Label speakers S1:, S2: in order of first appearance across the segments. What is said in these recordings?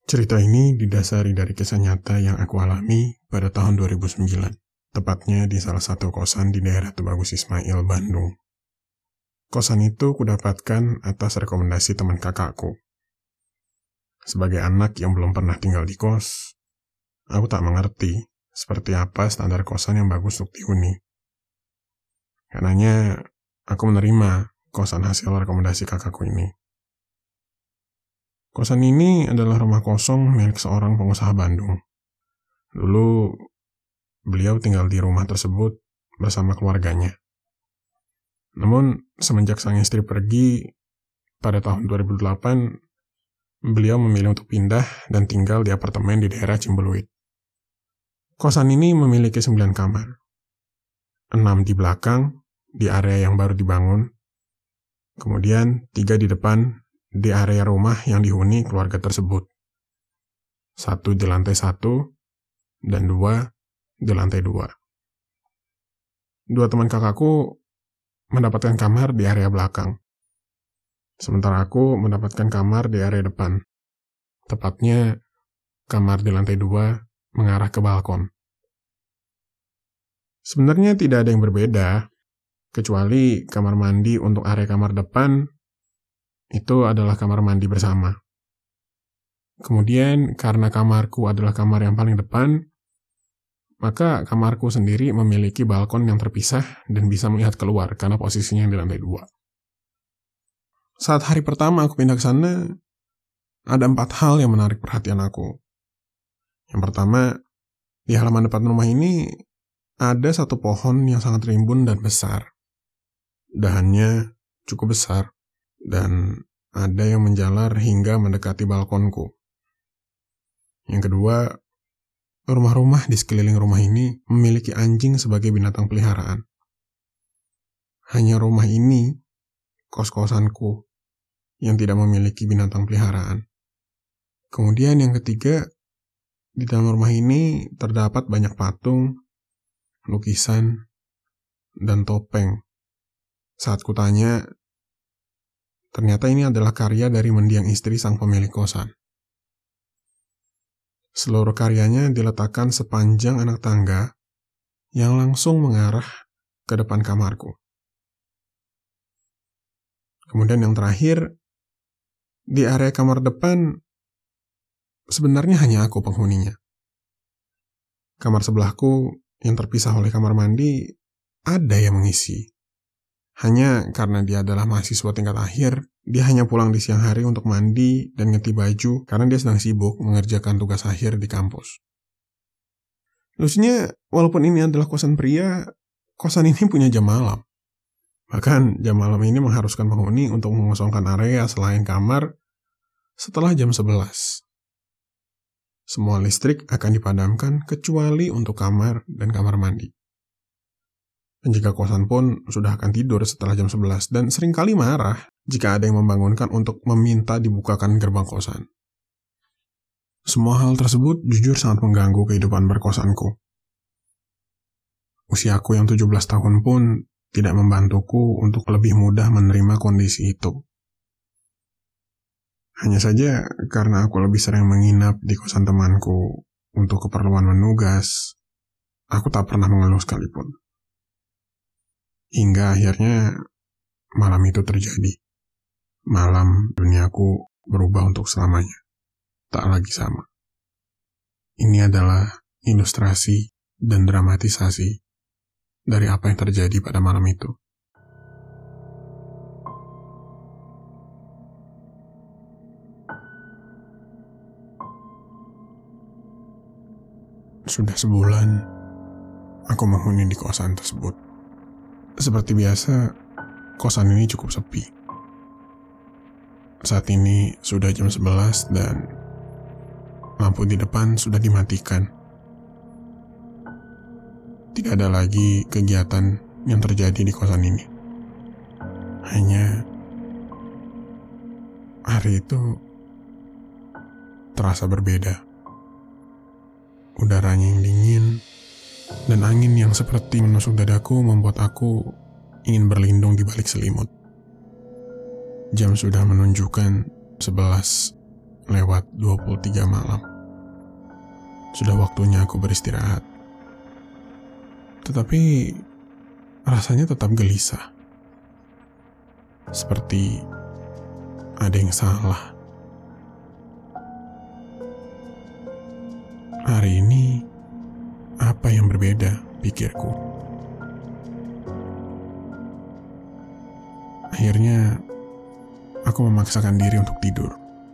S1: Cerita ini didasari dari kisah nyata yang aku alami pada tahun 2009, tepatnya di salah satu kosan di daerah Tubagus Ismail, Bandung. Kosan itu kudapatkan atas rekomendasi teman kakakku. Sebagai anak yang belum pernah tinggal di kos, aku tak mengerti seperti apa standar kosan yang bagus untuk dihuni. Karenanya, aku menerima kosan hasil rekomendasi kakakku ini. Kosan ini adalah rumah kosong milik seorang pengusaha Bandung. Dulu, beliau tinggal di rumah tersebut bersama keluarganya. Namun, semenjak sang istri pergi pada tahun 2008, beliau memilih untuk pindah dan tinggal di apartemen di daerah Cimbuluit. Kosan ini memiliki 9 kamar. 6 di belakang, di area yang baru dibangun. Kemudian 3 di depan, di area rumah yang dihuni keluarga tersebut. 1 di lantai 1, dan 2 di lantai 2. 2 teman kakakku mendapatkan kamar di area belakang. Sementara aku mendapatkan kamar di area depan. Tepatnya, kamar di lantai 2 mengarah ke balkon. Sebenarnya tidak ada yang berbeda, kecuali kamar mandi untuk area kamar depan itu adalah kamar mandi bersama. Kemudian, karena kamarku adalah kamar yang paling depan, maka kamarku sendiri memiliki balkon yang terpisah dan bisa melihat keluar karena posisinya di lantai 2. Saat hari pertama aku pindah ke sana, ada 4 hal yang menarik perhatian aku. Yang pertama, di halaman depan rumah ini ada 1 pohon yang sangat rimbun dan besar. Dahannya cukup besar dan ada yang menjalar hingga mendekati balkonku. Yang kedua, rumah-rumah di sekeliling rumah ini memiliki anjing sebagai binatang peliharaan. Hanya rumah ini, kos-kosanku, yang tidak memiliki binatang peliharaan. Kemudian yang ketiga, di dalam rumah ini terdapat banyak patung, lukisan, dan topeng. Saat kutanya, ternyata ini adalah karya dari mendiang istri sang pemilik kosan. Seluruh karyanya diletakkan sepanjang anak tangga yang langsung mengarah ke depan kamarku. Kemudian yang terakhir, di area kamar depan sebenarnya hanya aku penghuninya. Kamar sebelahku yang terpisah oleh kamar mandi ada yang mengisi. Hanya karena dia adalah mahasiswa tingkat akhir, dia hanya pulang di siang hari untuk mandi dan ganti baju karena dia sedang sibuk mengerjakan tugas akhir di kampus. Lucunya, walaupun ini adalah kosan pria, kosan ini punya jam malam. Bahkan jam malam ini mengharuskan penghuni untuk mengosongkan area selain kamar setelah jam 11. Semua listrik akan dipadamkan kecuali untuk kamar dan kamar mandi. Dan jika kosan pun sudah akan tidur setelah jam 11 dan seringkali marah jika ada yang membangunkan untuk meminta dibukakan gerbang kosan. Semua hal tersebut jujur sangat mengganggu kehidupan berkosanku. Usiaku yang 17 tahun pun tidak membantuku untuk lebih mudah menerima kondisi itu. Hanya saja karena aku lebih sering menginap di kosan temanku untuk keperluan menugas, aku tak pernah mengeluh sekalipun. Hingga akhirnya malam itu terjadi. Malam duniaku berubah untuk selamanya. Tak lagi sama. Ini adalah ilustrasi dan dramatisasi dari apa yang terjadi pada malam itu. Sudah sebulan aku menghuni di kosan tersebut. Seperti biasa, kosan ini cukup sepi. Saat ini sudah jam 11 dan lampu di depan sudah dimatikan. Tidak ada lagi kegiatan yang terjadi di kosan ini. Hanya hari itu terasa berbeda. Udaranya yang dingin dan angin yang seperti menusuk dadaku membuat aku ingin berlindung di balik selimut. Jam sudah menunjukkan 11 lewat 23 malam. Sudah waktunya aku beristirahat. Tetapi rasanya tetap gelisah. Seperti ada yang salah. Hari ini apa yang berbeda, pikirku. Akhirnya aku memaksakan diri untuk tidur.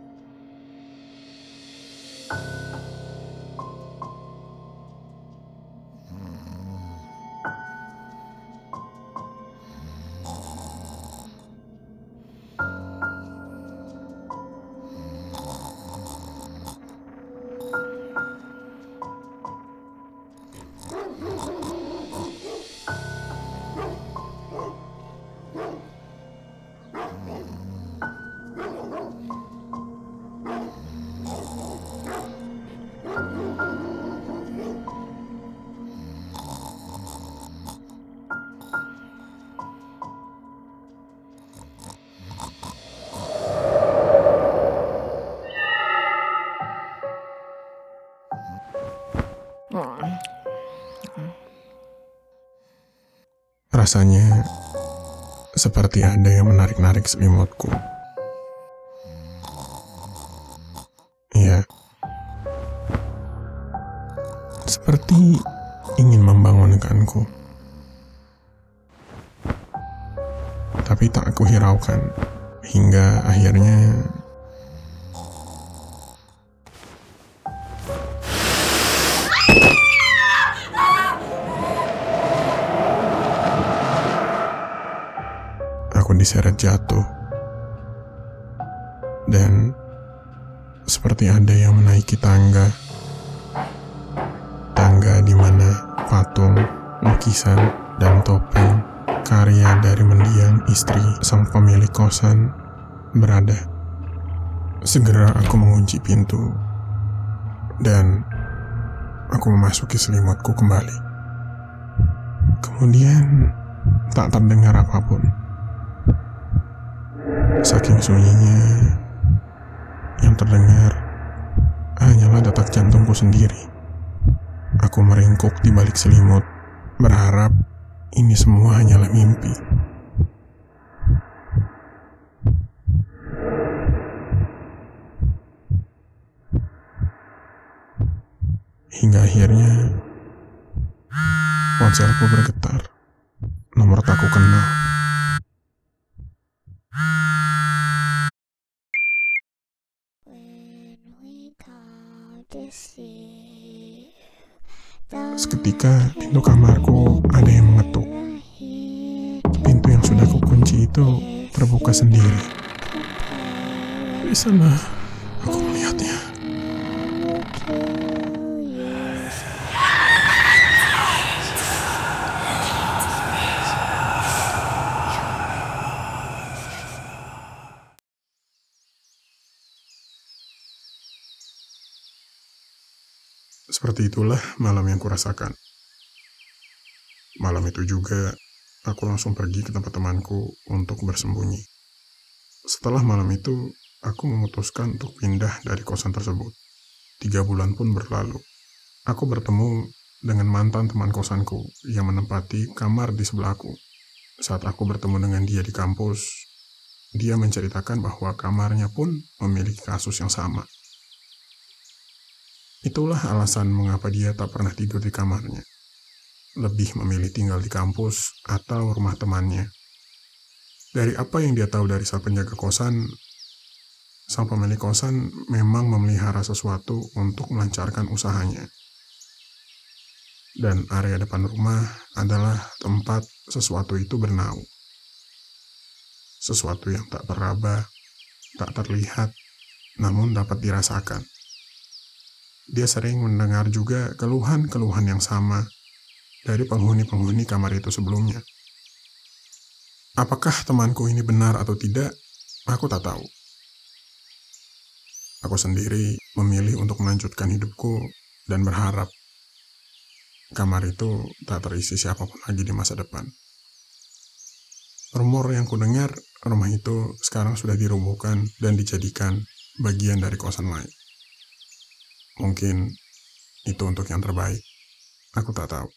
S1: Rasanya seperti ada yang menarik-narik selimutku. Ya, seperti ingin membangunkanku. Tapi tak aku hiraukan hingga akhirnya aku diseret jatuh, dan seperti ada yang menaiki tangga di mana patung, lukisan, dan topeng karya dari mendiang istri sang pemilik kosan berada. Segera aku mengunci pintu dan aku memasuki selimutku kembali. Kemudian tak terdengar apapun. Saking sunyinya, yang terdengar hanyalah detak jantungku sendiri. Aku meringkuk di balik selimut, berharap ini semua hanyalah mimpi. Hingga akhirnya ponselku bergetar. Nomor tak aku kenal. Seketika pintu kamarku ada yang mengetuk. Pintu yang sudah kukunci itu terbuka sendiri. Di sana aku melihatnya. Seperti itulah malam yang kurasakan. Malam itu juga, aku langsung pergi ke tempat temanku untuk bersembunyi. Setelah malam itu, aku memutuskan untuk pindah dari kosan tersebut. 3 bulan pun berlalu. Aku bertemu dengan mantan teman kosanku yang menempati kamar di sebelahku. Saat aku bertemu dengan dia di kampus, dia menceritakan bahwa kamarnya pun memiliki kasus yang sama. Itulah alasan mengapa dia tak pernah tidur di kamarnya. Lebih memilih tinggal di kampus atau rumah temannya. Dari apa yang dia tahu dari sang penjaga kosan, sang pemilik kosan memang memelihara sesuatu untuk melancarkan usahanya. Dan area depan rumah adalah tempat sesuatu itu bernaung. Sesuatu yang tak teraba, tak terlihat, namun dapat dirasakan. Dia sering mendengar juga keluhan-keluhan yang sama dari penghuni-penghuni kamar itu sebelumnya. Apakah temanku ini benar atau tidak, aku tak tahu. Aku sendiri memilih untuk melanjutkan hidupku dan berharap kamar itu tak terisi siapapun lagi di masa depan. Rumor yang kudengar, rumah itu sekarang sudah dirobohkan dan dijadikan bagian dari kosan lain. Mungkin itu untuk yang terbaik. Aku tak tahu.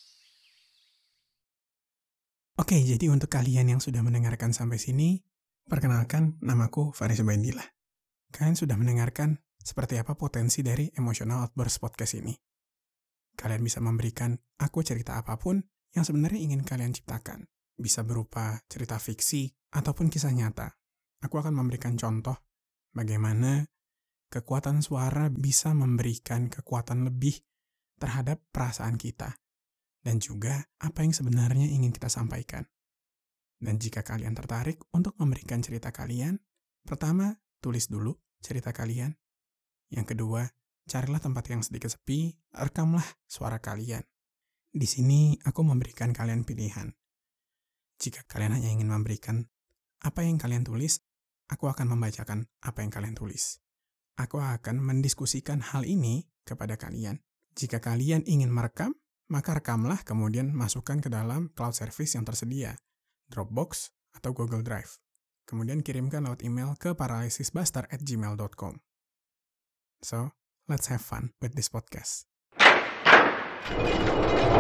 S2: Oke, jadi untuk kalian yang sudah mendengarkan sampai sini, perkenalkan, namaku Faris Baindillah. Kalian sudah mendengarkan seperti apa potensi dari Emotional Outburst Podcast ini. Kalian bisa memberikan aku cerita apapun yang sebenarnya ingin kalian ciptakan. Bisa berupa cerita fiksi ataupun kisah nyata. Aku akan memberikan contoh bagaimana kekuatan suara bisa memberikan kekuatan lebih terhadap perasaan kita. Dan juga apa yang sebenarnya ingin kita sampaikan. Dan jika kalian tertarik untuk memberikan cerita kalian, pertama, tulis dulu cerita kalian. Yang kedua, carilah tempat yang sedikit sepi, rekamlah suara kalian. Di sini aku memberikan kalian pilihan. Jika kalian hanya ingin memberikan apa yang kalian tulis, aku akan membacakan apa yang kalian tulis. Aku akan mendiskusikan hal ini kepada kalian. Jika kalian ingin merekam, maka rekamlah kemudian masukkan ke dalam cloud service yang tersedia, Dropbox atau Google Drive. Kemudian kirimkan lewat email ke paralysisbastard@gmail.com. So, let's have fun with this podcast.